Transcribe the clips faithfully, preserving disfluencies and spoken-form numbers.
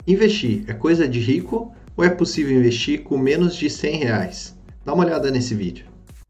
Investir é coisa de rico ou é possível investir com menos de cem reais? Dá uma olhada nesse vídeo.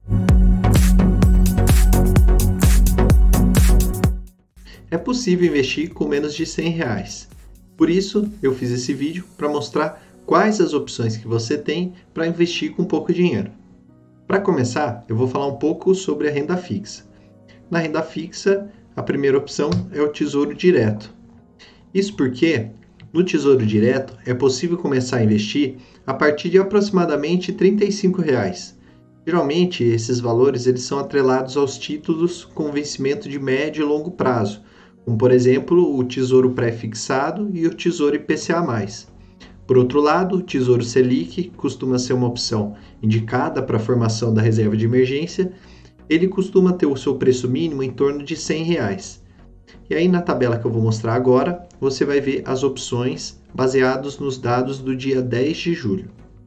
É possível investir com menos de cem reais. Por isso, eu fiz esse vídeo para mostrar quais as opções que você tem para investir com pouco dinheiro. Para começar, eu vou falar um pouco sobre a renda fixa. Na renda fixa, a primeira opção é o Tesouro Direto. Isso porque, no Tesouro Direto, é possível começar a investir a partir de aproximadamente trinta e cinco reais. Geralmente, esses valores eles são atrelados aos títulos com vencimento de médio e longo prazo, como, por exemplo, o Tesouro Pré-Fixado e o Tesouro I P C A mais. Por outro lado, o Tesouro Selic costuma ser uma opção indicada para a formação da reserva de emergência. Ele costuma ter o seu preço mínimo em torno de cem reais. E aí na tabela que eu vou mostrar agora, você vai ver as opções baseadas nos dados do dia dez de julho.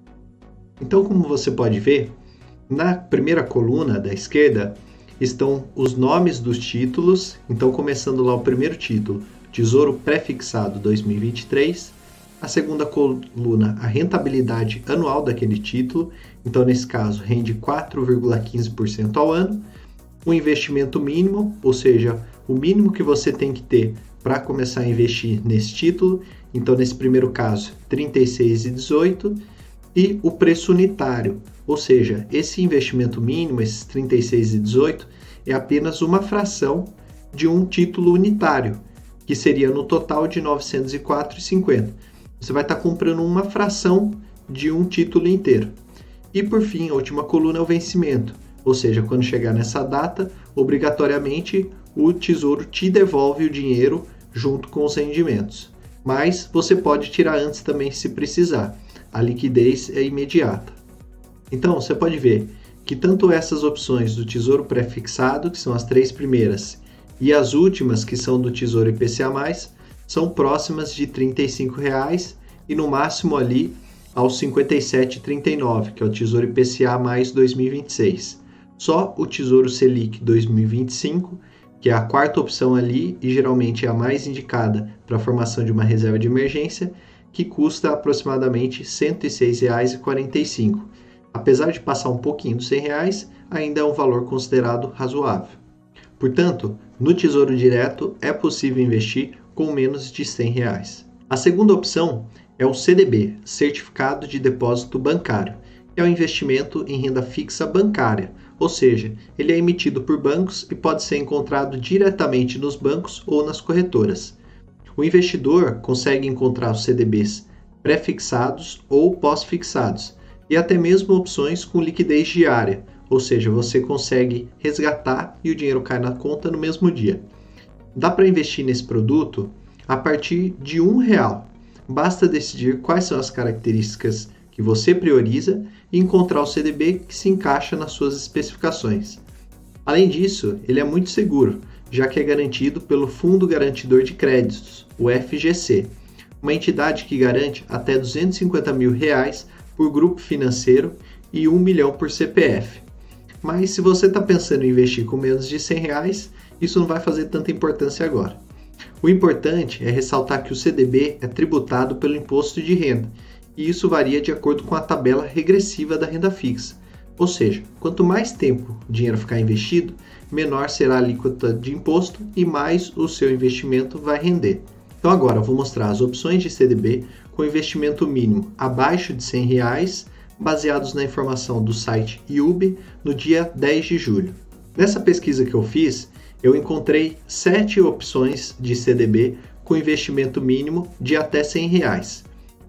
Então, como você pode ver, na primeira coluna da esquerda estão os nomes dos títulos. Então, começando lá o primeiro título, Tesouro Pré-Fixado dois mil e vinte e três. A segunda coluna, a rentabilidade anual daquele título. Então, nesse caso, rende quatro vírgula quinze por cento ao ano. O investimento mínimo, ou seja, o mínimo que você tem que ter para começar a investir nesse título. Então, nesse primeiro caso, trinta e seis reais e dezoito centavos. E o preço unitário, ou seja, esse investimento mínimo, esses trinta e seis reais e dezoito centavos, é apenas uma fração de um título unitário, que seria no total de novecentos e quatro reais e cinquenta centavos. Você vai estar comprando uma fração de um título inteiro. E por fim, a última coluna é o vencimento, ou seja, quando chegar nessa data, obrigatoriamente o Tesouro te devolve o dinheiro junto com os rendimentos. Mas você pode tirar antes também se precisar. A liquidez é imediata. Então, você pode ver que tanto essas opções do Tesouro Pré-Fixado, que são as três primeiras, e as últimas, que são do Tesouro I P C A mais, são próximas de trinta e cinco reais e no máximo ali aos cinquenta e sete reais e trinta e nove centavos, que é o Tesouro I P C A mais dois mil e vinte e seis. Só o Tesouro Selic dois mil e vinte e cinco, que é a quarta opção ali e geralmente é a mais indicada para a formação de uma reserva de emergência, que custa aproximadamente cento e seis reais e quarenta e cinco centavos. Apesar de passar um pouquinho dos cem reais, ainda é um valor considerado razoável. Portanto, no Tesouro Direto é possível investir com menos de cem reais. A segunda opção é o C D B, Certificado de Depósito Bancário, que é um investimento em renda fixa bancária, ou seja, ele é emitido por bancos e pode ser encontrado diretamente nos bancos ou nas corretoras. O investidor consegue encontrar os C D Bs pré-fixados ou pós-fixados e até mesmo opções com liquidez diária, ou seja, você consegue resgatar e o dinheiro cai na conta no mesmo dia. Dá para investir nesse produto a partir de um real. Basta decidir quais são as características que você prioriza e encontrar o C D B que se encaixa nas suas especificações. Além disso, ele é muito seguro, já que é garantido pelo Fundo Garantidor de Créditos, o F G C, uma entidade que garante até duzentos e cinquenta mil reais por grupo financeiro e um milhão por C P F. Mas se você está pensando em investir com menos de cem reais, isso não vai fazer tanta importância agora. O importante é ressaltar que o C D B é tributado pelo imposto de renda, e isso varia de acordo com a tabela regressiva da renda fixa. Ou seja, quanto mais tempo o dinheiro ficar investido, menor será a alíquota de imposto e mais o seu investimento vai render. Então agora eu vou mostrar as opções de C D B com investimento mínimo abaixo de cem reais, baseados na informação do site I U B no dia dez de julho. Nessa pesquisa que eu fiz, eu encontrei sete opções de C D B com investimento mínimo de até cem reais.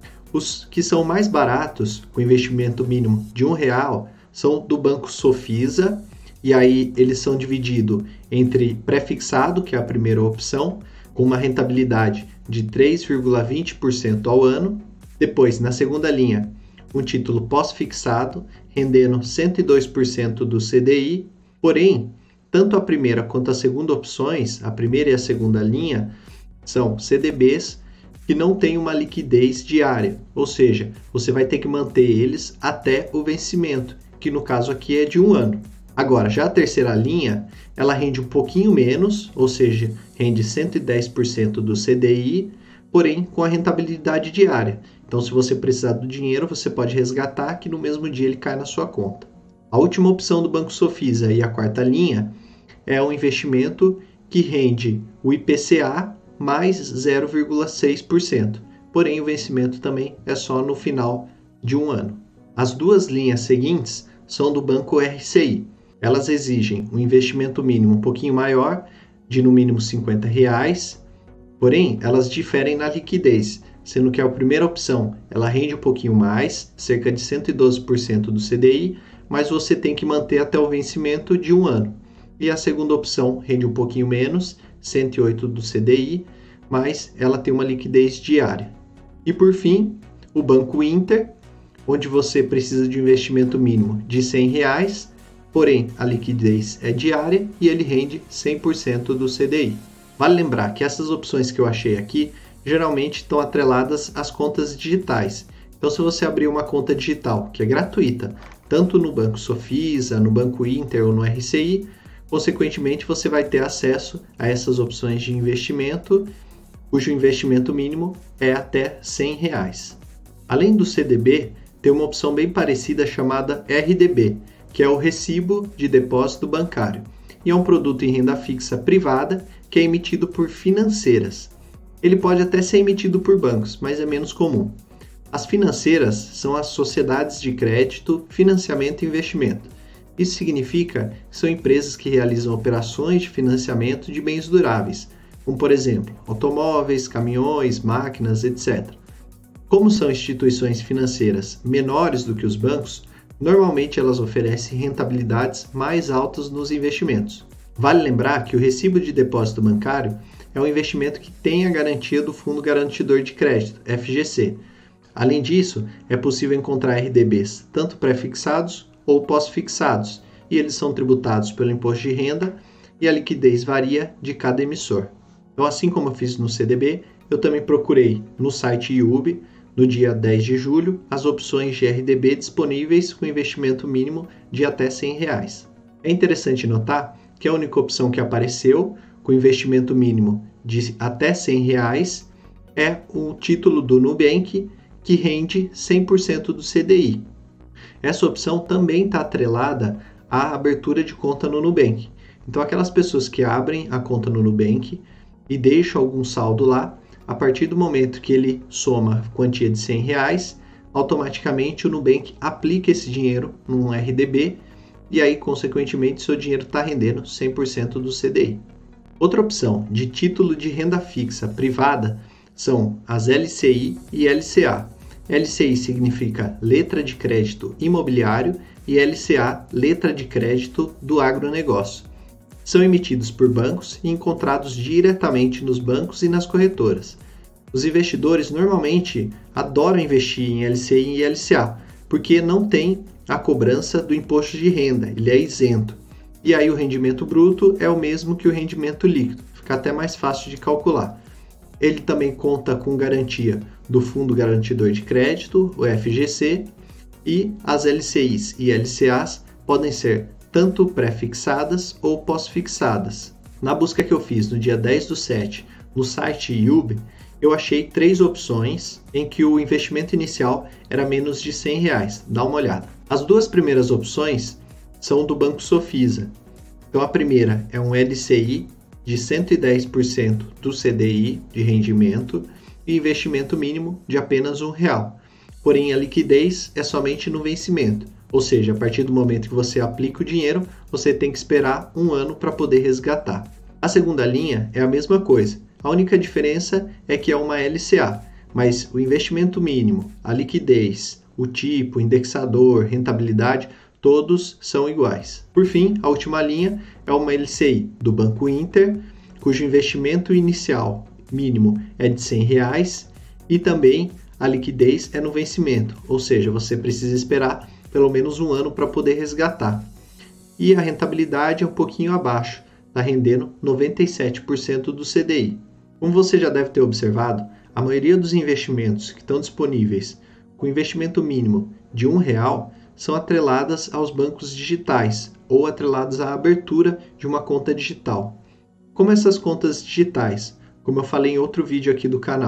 Os que são mais baratos, com investimento mínimo de um real, são do Banco Sofisa, e aí eles são divididos entre pré-fixado, que é a primeira opção, com uma rentabilidade de três vírgula vinte por cento ao ano. Depois, na segunda linha, um título pós-fixado, rendendo cento e dois por cento do C D I. Porém, tanto a primeira quanto a segunda opções, a primeira e a segunda linha, são C D Bs que não têm uma liquidez diária, ou seja, você vai ter que manter eles até o vencimento, que no caso aqui é de um ano. Agora, já a terceira linha, ela rende um pouquinho menos, ou seja, rende cento e dez por cento do C D I, porém com a rentabilidade diária. Então, se você precisar do dinheiro, você pode resgatar que no mesmo dia ele cai na sua conta. A última opção do Banco Sofisa e a quarta linha é um investimento que rende o I P C A mais zero vírgula seis por cento, porém o vencimento também é só no final de um ano. As duas linhas seguintes são do Banco R C I. Elas exigem um investimento mínimo um pouquinho maior, de no mínimo cinquenta reais, porém elas diferem na liquidez, sendo que a primeira opção ela rende um pouquinho mais, cerca de cento e doze por cento do C D I, mas você tem que manter até o vencimento de um ano. E a segunda opção rende um pouquinho menos, cento e oito do C D I, mas ela tem uma liquidez diária. E por fim, o Banco Inter, onde você precisa de um investimento mínimo de cem reais, porém a liquidez é diária e ele rende cem por cento do C D I. Vale lembrar que essas opções que eu achei aqui geralmente estão atreladas às contas digitais. Então, se você abrir uma conta digital que é gratuita, tanto no Banco Sofisa, no Banco Inter ou no R C I, consequentemente você vai ter acesso a essas opções de investimento, cujo investimento mínimo é até cem reais. Além do C D B, tem uma opção bem parecida chamada R D B, que é o Recibo de Depósito Bancário, e é um produto em renda fixa privada que é emitido por financeiras. Ele pode até ser emitido por bancos, mas é menos comum. As financeiras são as sociedades de crédito, financiamento e investimento. Isso significa que são empresas que realizam operações de financiamento de bens duráveis, como por exemplo, automóveis, caminhões, máquinas, etcétera. Como são instituições financeiras menores do que os bancos, normalmente elas oferecem rentabilidades mais altas nos investimentos. Vale lembrar que o recibo de depósito bancário é um investimento que tem a garantia do Fundo Garantidor de Crédito, F G C. Além disso, é possível encontrar R D Bs tanto pré-fixados ou pós-fixados, e eles são tributados pelo imposto de renda e a liquidez varia de cada emissor. Então, assim como eu fiz no C D B, eu também procurei no site I U B, no dia dez de julho, as opções de R D B disponíveis com investimento mínimo de até cem reais. É interessante notar que a única opção que apareceu com investimento mínimo de até cem reais é o título do Nubank, que rende cem por cento do C D I. Essa opção também está atrelada à abertura de conta no Nubank. Então, aquelas pessoas que abrem a conta no Nubank e deixam algum saldo lá, a partir do momento que ele soma a quantia de cem reais, automaticamente o Nubank aplica esse dinheiro num R D B e aí, consequentemente, seu dinheiro está rendendo cem por cento do C D I. Outra opção de título de renda fixa privada são as L C I e L C A. L C I significa Letra de Crédito Imobiliário e L C A, Letra de Crédito do Agronegócio. São emitidos por bancos e encontrados diretamente nos bancos e nas corretoras. Os investidores normalmente adoram investir em L C I e L C A, porque não tem a cobrança do imposto de renda, ele é isento. E aí o rendimento bruto é o mesmo que o rendimento líquido, fica até mais fácil de calcular. Ele também conta com garantia do Fundo Garantidor de Crédito, o F G C, e as L C Is e L C As podem ser tanto pré-fixadas ou pós-fixadas. Na busca que eu fiz no dia dez do sete no site I U B, eu achei três opções em que o investimento inicial era menos de cem reais. Dá uma olhada. As duas primeiras opções são do Banco Sofisa. Então a primeira é um L C I de cento e dez por cento do C D I de rendimento e investimento mínimo de apenas um real. Porém, a liquidez é somente no vencimento. Ou seja, a partir do momento que você aplica o dinheiro, você tem que esperar um ano para poder resgatar. A segunda linha é a mesma coisa. A única diferença é que é uma L C A, mas o investimento mínimo, a liquidez, o tipo, o indexador, rentabilidade, todos são iguais. Por fim, a última linha é uma L C I do Banco Inter, cujo investimento inicial mínimo é de cem reais e também a liquidez é no vencimento, ou seja, você precisa esperar pelo menos um ano para poder resgatar. E a rentabilidade é um pouquinho abaixo, está rendendo noventa e sete por cento do C D I. Como você já deve ter observado, a maioria dos investimentos que estão disponíveis com investimento mínimo de um real são atreladas aos bancos digitais ou atreladas à abertura de uma conta digital. Como essas contas digitais, como eu falei em outro vídeo aqui do canal,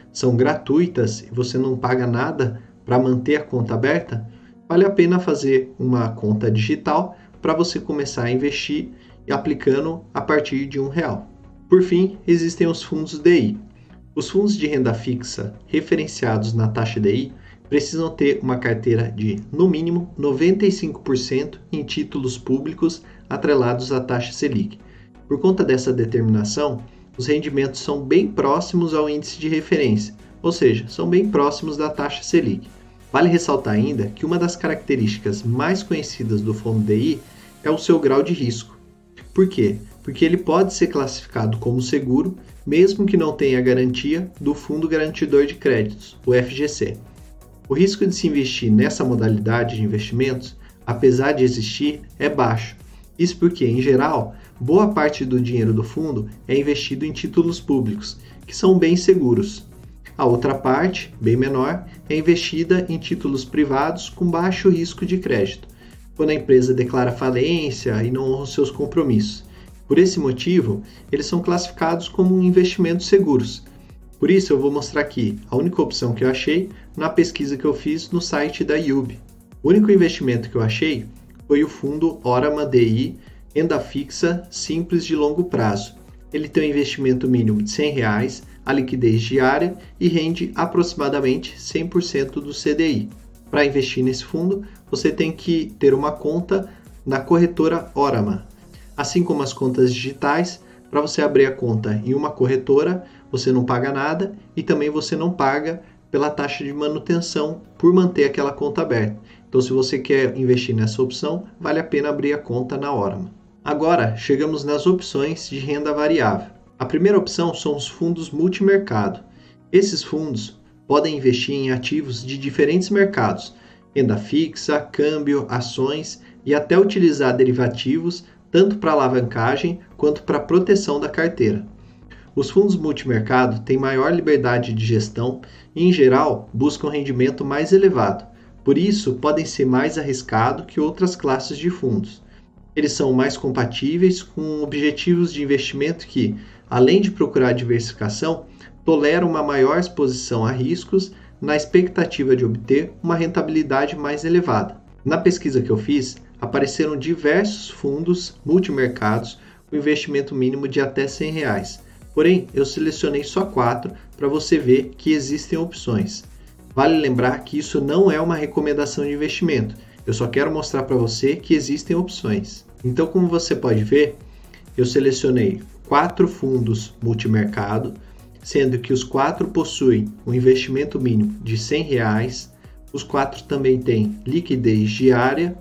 são gratuitas e você não paga nada para manter a conta aberta, vale a pena fazer uma conta digital para você começar a investir e aplicando a partir de um real. Por fim, existem os fundos D I. Os fundos de renda fixa referenciados na taxa D I precisam ter uma carteira de, no mínimo, noventa e cinco por cento em títulos públicos atrelados à taxa Selic. Por conta dessa determinação, os rendimentos são bem próximos ao índice de referência, ou seja, são bem próximos da taxa Selic. Vale ressaltar ainda que uma das características mais conhecidas do fundo D I é o seu grau de risco. Por quê? Porque ele pode ser classificado como seguro, mesmo que não tenha a garantia do Fundo Garantidor de Créditos, o F G C. O risco de se investir nessa modalidade de investimentos, apesar de existir, é baixo. Isso porque, em geral, boa parte do dinheiro do fundo é investido em títulos públicos, que são bem seguros. A outra parte, bem menor, é investida em títulos privados com baixo risco de crédito, quando a empresa declara falência e não honra os seus compromissos. Por esse motivo, eles são classificados como investimentos seguros. Por isso, eu vou mostrar aqui a única opção que eu achei na pesquisa que eu fiz no site da I U B. O único investimento que eu achei foi o fundo Orama D I Renda Fixa Simples de Longo Prazo. Ele tem um investimento mínimo de cem reais, a liquidez diária e rende aproximadamente cem por cento do C D I. Para investir nesse fundo, você tem que ter uma conta na corretora Orama. Assim como as contas digitais, para você abrir a conta em uma corretora, você não paga nada e também você não paga pela taxa de manutenção por manter aquela conta aberta. Então, se você quer investir nessa opção, vale a pena abrir a conta na Orama. Agora, chegamos nas opções de renda variável. A primeira opção são os fundos multimercado. Esses fundos podem investir em ativos de diferentes mercados, renda fixa, câmbio, ações e até utilizar derivativos tanto para alavancagem quanto para proteção da carteira. Os fundos multimercado têm maior liberdade de gestão e, em geral, buscam rendimento mais elevado. Por isso, podem ser mais arriscados que outras classes de fundos. Eles são mais compatíveis com objetivos de investimento que, além de procurar diversificação, toleram uma maior exposição a riscos na expectativa de obter uma rentabilidade mais elevada. Na pesquisa que eu fiz, apareceram diversos fundos multimercados com investimento mínimo de até cem reais. Porém, eu selecionei só quatro para você ver que existem opções. Vale lembrar que isso não é uma recomendação de investimento. Eu só quero mostrar para você que existem opções. Então, como você pode ver, eu selecionei quatro fundos multimercado, sendo que os quatro possuem um investimento mínimo de cem reais, os quatro também têm liquidez diária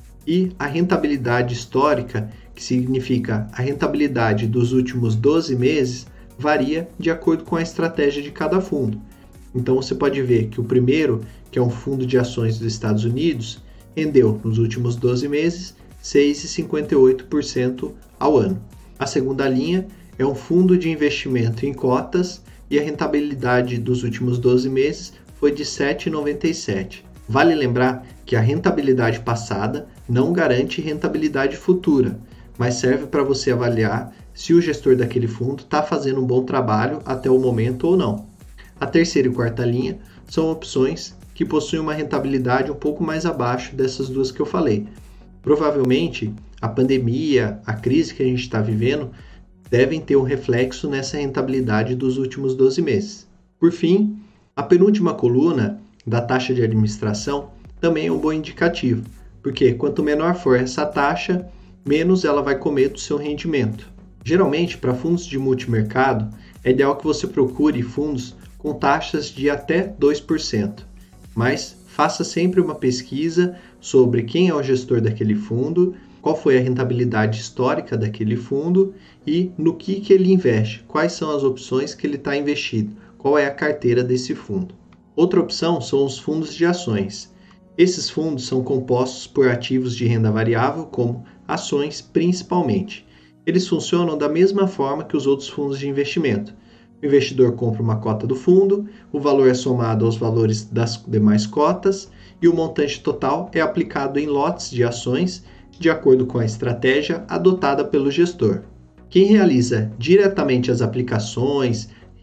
e a rentabilidade histórica, que significa a rentabilidade dos últimos doze meses, varia de acordo com a estratégia de cada fundo. Então você pode ver que o primeiro, que é um fundo de ações dos Estados Unidos, rendeu nos últimos doze meses seis vírgula cinquenta e oito por cento ao ano. A segunda linha é um fundo de investimento em cotas e a rentabilidade dos últimos doze meses foi de sete vírgula noventa e sete por cento. Vale lembrar que a rentabilidade passada não garante rentabilidade futura, mas serve para você avaliar se o gestor daquele fundo está fazendo um bom trabalho até o momento ou não. A terceira e quarta linha são opções que possuem uma rentabilidade um pouco mais abaixo dessas duas que eu falei. Provavelmente, a pandemia, a crise que a gente está vivendo, devem ter um reflexo nessa rentabilidade dos últimos doze meses. Por fim, a penúltima coluna da taxa de administração também é um bom indicativo, porque quanto menor for essa taxa, menos ela vai comer do seu rendimento. Geralmente, para fundos de multimercado, é ideal que você procure fundos com taxas de até dois por cento, mas faça sempre uma pesquisa sobre quem é o gestor daquele fundo, qual foi a rentabilidade histórica daquele fundo e no que, que ele investe, quais são as opções que ele está investido, qual é a carteira desse fundo. Outra opção são os fundos de ações. Esses fundos são compostos por ativos de renda variável, como ações principalmente. Eles funcionam da mesma forma que os outros fundos de investimento. O investidor compra uma cota do fundo, o valor é somado aos valores das demais cotas e o montante total é aplicado em lotes de ações de acordo com a estratégia adotada pelo gestor. Quem realiza diretamente as aplicações,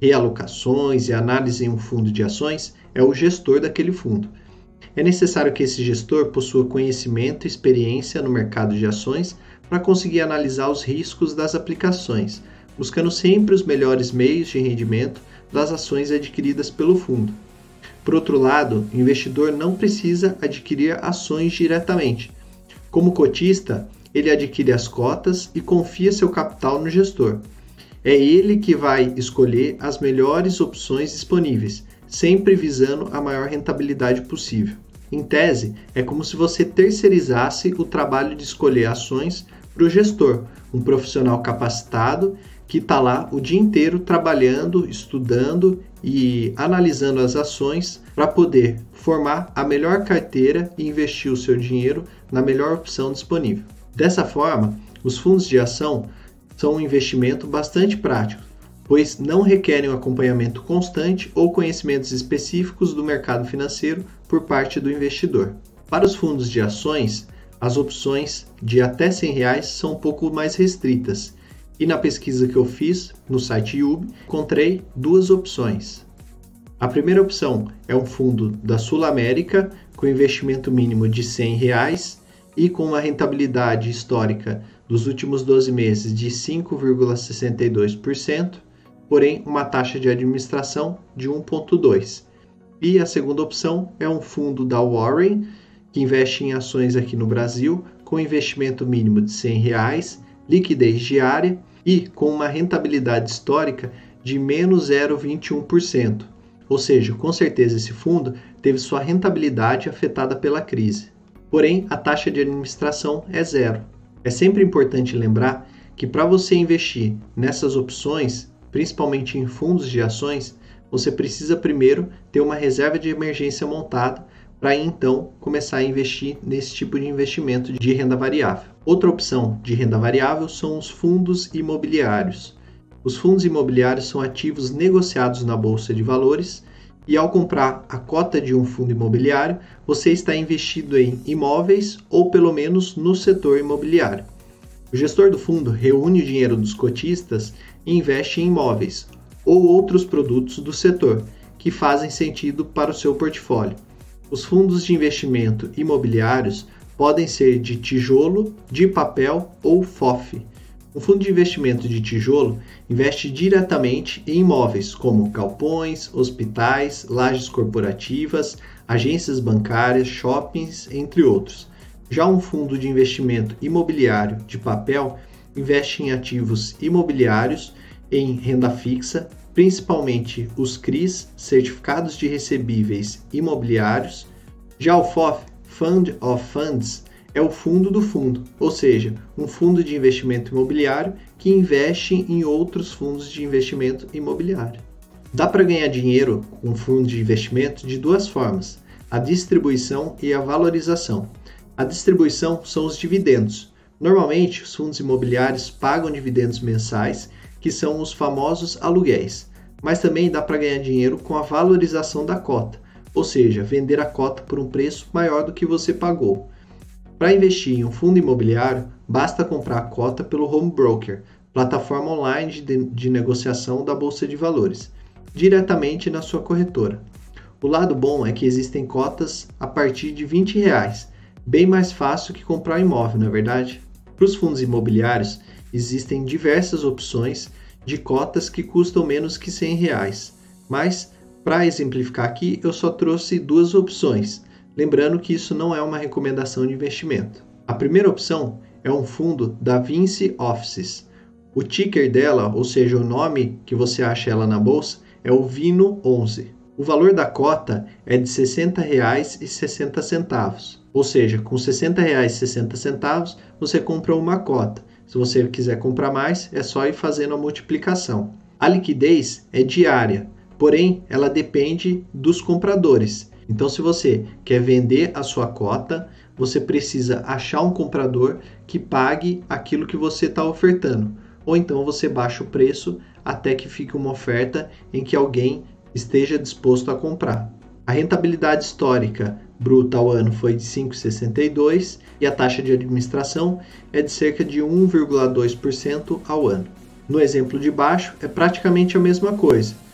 realocações e análise em um fundo de ações é o gestor daquele fundo. É necessário que esse gestor possua conhecimento e experiência no mercado de ações para conseguir analisar os riscos das aplicações, buscando sempre os melhores meios de rendimento das ações adquiridas pelo fundo. Por outro lado, o investidor não precisa adquirir ações diretamente. Como cotista, ele adquire as cotas e confia seu capital no gestor. É ele que vai escolher as melhores opções disponíveis, sempre visando a maior rentabilidade possível. Em tese, é como se você terceirizasse o trabalho de escolher ações para o gestor, um profissional capacitado que está lá o dia inteiro trabalhando, estudando e analisando as ações para poder formar a melhor carteira e investir o seu dinheiro na melhor opção disponível. Dessa forma, os fundos de ação são um investimento bastante prático, pois não requerem um acompanhamento constante ou conhecimentos específicos do mercado financeiro por parte do investidor. Para os fundos de ações, as opções de até cem reais são um pouco mais restritas, e na pesquisa que eu fiz no site Yubi, encontrei duas opções. A primeira opção é um fundo da Sul América com investimento mínimo de cem reais e com uma rentabilidade histórica dos últimos doze meses de cinco vírgula sessenta e dois por cento, porém uma taxa de administração de um vírgula dois por cento. E a segunda opção é um fundo da Warren, que investe em ações aqui no Brasil, com investimento mínimo de cem reais, liquidez diária e com uma rentabilidade histórica de menos zero vírgula vinte e um por cento. Ou seja, com certeza esse fundo teve sua rentabilidade afetada pela crise. Porém, a taxa de administração é zero. É sempre importante lembrar que para você investir nessas opções, principalmente em fundos de ações, você precisa primeiro ter uma reserva de emergência montada para então começar a investir nesse tipo de investimento de renda variável. Outra opção de renda variável são os fundos imobiliários. Os fundos imobiliários são ativos negociados na Bolsa de Valores e ao comprar a cota de um fundo imobiliário, você está investido em imóveis ou pelo menos no setor imobiliário. O gestor do fundo reúne o dinheiro dos cotistas e investe em imóveis ou outros produtos do setor que fazem sentido para o seu portfólio. Os fundos de investimento imobiliários podem ser de tijolo, de papel ou F O F. Um fundo de investimento de tijolo investe diretamente em imóveis como galpões, hospitais, lajes corporativas, agências bancárias, shoppings, entre outros. Já um fundo de investimento imobiliário de papel investe em ativos imobiliários em renda fixa, principalmente os C R Is, Certificados de Recebíveis Imobiliários. Já o F O F, Fund of Funds, é o fundo do fundo, ou seja, um fundo de investimento imobiliário que investe em outros fundos de investimento imobiliário. Dá para ganhar dinheiro com fundos de investimento de duas formas, a distribuição e a valorização. A distribuição são os dividendos. Normalmente, os fundos imobiliários pagam dividendos mensais, que são os famosos aluguéis, mas também dá para ganhar dinheiro com a valorização da cota, ou seja, vender a cota por um preço maior do que você pagou. Para investir em um fundo imobiliário, basta comprar a cota pelo home broker, plataforma online de, de negociação da Bolsa de Valores, diretamente na sua corretora. O lado bom é que existem cotas a partir de vinte reais, bem mais fácil que comprar um imóvel, não é verdade? Para os fundos imobiliários, existem diversas opções de cotas que custam menos que cem reais, mas para exemplificar aqui eu só trouxe duas opções, lembrando que isso não é uma recomendação de investimento. A primeira opção é um fundo da Vinci Offices. O ticker dela, ou seja, o nome que você acha ela na bolsa, é o V I N O onze. O valor da cota é de sessenta reais e sessenta centavos, ou seja, com sessenta reais e sessenta centavos você compra uma cota. Se você quiser comprar mais, é só ir fazendo a multiplicação. A liquidez é diária, porém ela depende dos compradores. Então, se você quer vender a sua cota, você precisa achar um comprador que pague aquilo que você está ofertando. Ou então você baixa o preço até que fique uma oferta em que alguém esteja disposto a comprar. A rentabilidade histórica bruta ao ano foi de cinco vírgula sessenta e dois por cento e a taxa de administração é de cerca de um vírgula dois por cento ao ano. No exemplo de baixo, é praticamente a mesma coisa.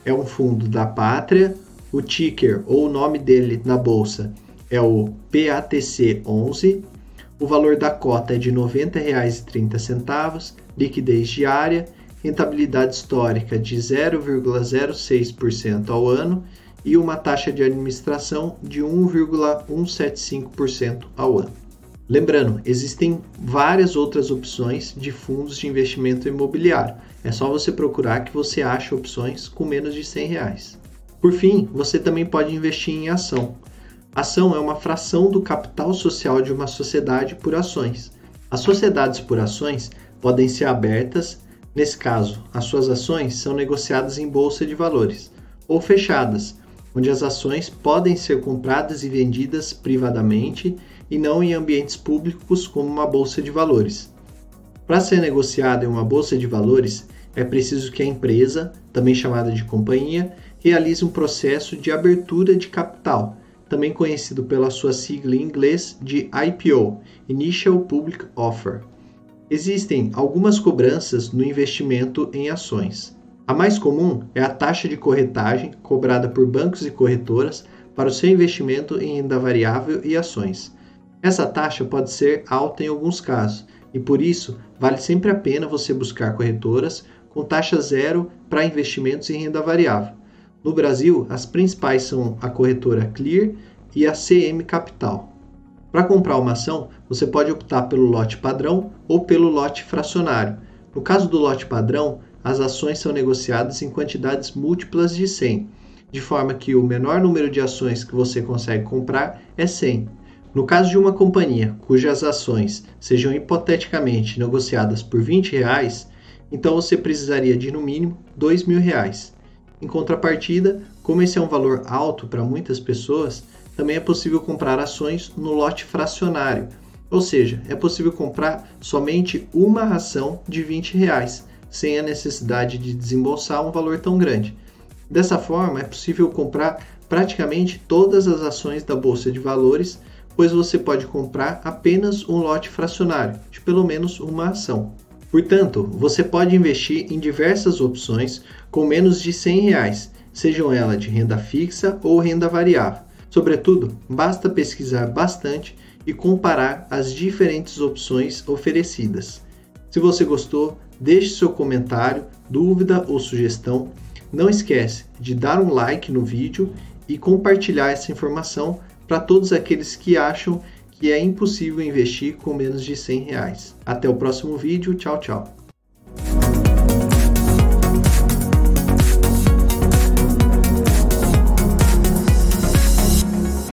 é um fundo da Pátria, o ticker ou o nome dele na bolsa é o P A T C onze, o valor da cota é de noventa reais e trinta centavos, liquidez diária, rentabilidade histórica de zero vírgula zero seis por cento ao ano e uma taxa de administração de um vírgula cento e setenta e cinco por cento ao ano. Lembrando, existem várias outras opções de fundos de investimento imobiliário. É só você procurar que você acha opções com menos de cem reais. Por fim, você também pode investir em ação. Ação é uma fração do capital social de uma sociedade por ações. As sociedades por ações podem ser abertas, nesse caso, as suas ações são negociadas em bolsa de valores, ou fechadas, onde as ações podem ser compradas e vendidas privadamente e não em ambientes públicos como uma bolsa de valores. Para ser negociado em uma bolsa de valores, é preciso que a empresa, também chamada de companhia, realize um processo de abertura de capital, também conhecido pela sua sigla em inglês de I P O, Initial Public Offer. Existem algumas cobranças no investimento em ações. A mais comum é a taxa de corretagem cobrada por bancos e corretoras para o seu investimento em renda variável e ações. Essa taxa pode ser alta em alguns casos e, por isso, vale sempre a pena você buscar corretoras com taxa zero para investimentos em renda variável. No Brasil, as principais são a corretora Clear e a C M Capital. Para comprar uma ação, você pode optar pelo lote padrão ou pelo lote fracionário. No caso do lote padrão, as ações são negociadas em quantidades múltiplas de cem, de forma que o menor número de ações que você consegue comprar é cem. No caso de uma companhia cujas ações sejam hipoteticamente negociadas por vinte reais, então você precisaria de no mínimo dois mil reais. Em contrapartida, como esse é um valor alto para muitas pessoas, também é possível comprar ações no lote fracionário, ou seja, é possível comprar somente uma ação de vinte reais, sem a necessidade de desembolsar um valor tão grande. Dessa forma, é possível comprar praticamente todas as ações da Bolsa de Valores, pois você pode comprar apenas um lote fracionário, de pelo menos uma ação. Portanto, você pode investir em diversas opções com menos de cem reais, sejam elas de renda fixa ou renda variável. Sobretudo, basta pesquisar bastante e comparar as diferentes opções oferecidas. Se você gostou, deixe seu comentário, dúvida ou sugestão. Não esquece de dar um like no vídeo e compartilhar essa informação para todos aqueles que acham que é impossível investir com menos de cem reais. Até o próximo vídeo. Tchau, tchau.